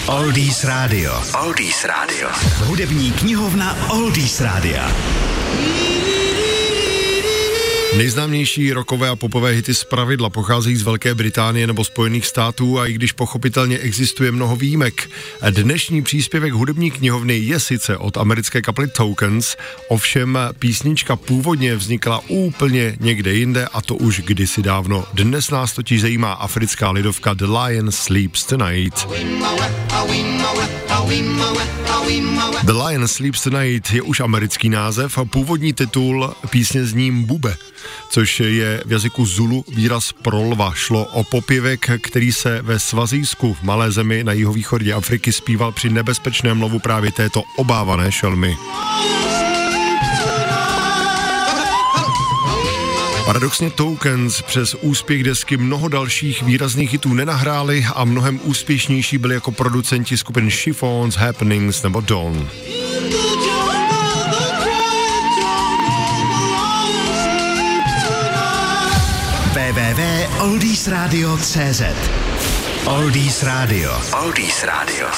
Oldies Radio. Oldies Radio. Hudební knihovna Oldies Rádia. Nejznámější rockové a popové hity zpravidla pocházejí z Velké Británie nebo Spojených států a i když pochopitelně existuje mnoho výjimek, dnešní příspěvek hudební knihovny je sice od americké kapely Tokens, ovšem písnička původně vznikla úplně někde jinde a to už kdysi dávno. Dnes nás totiž zajímá africká lidovka The Lion Sleeps Tonight. The Lion Sleeps Tonight je už americký název a původní titul písně zní Mbube, což je v jazyku Zulu výraz pro lva. Šlo o popěvek, který se ve Svazijsku, v malé zemi na jihovýchodě Afriky, zpíval při nebezpečném lovu právě této obávané šelmy. Paradoxně Tokens přes úspěch desky mnoho dalších výrazných hitů nenahráli a mnohem úspěšnější byli jako producenti skupin Chiffons, Happenings nebo Dawn. www.oldiesradio.cz Oldies Radio. Oldies Radio.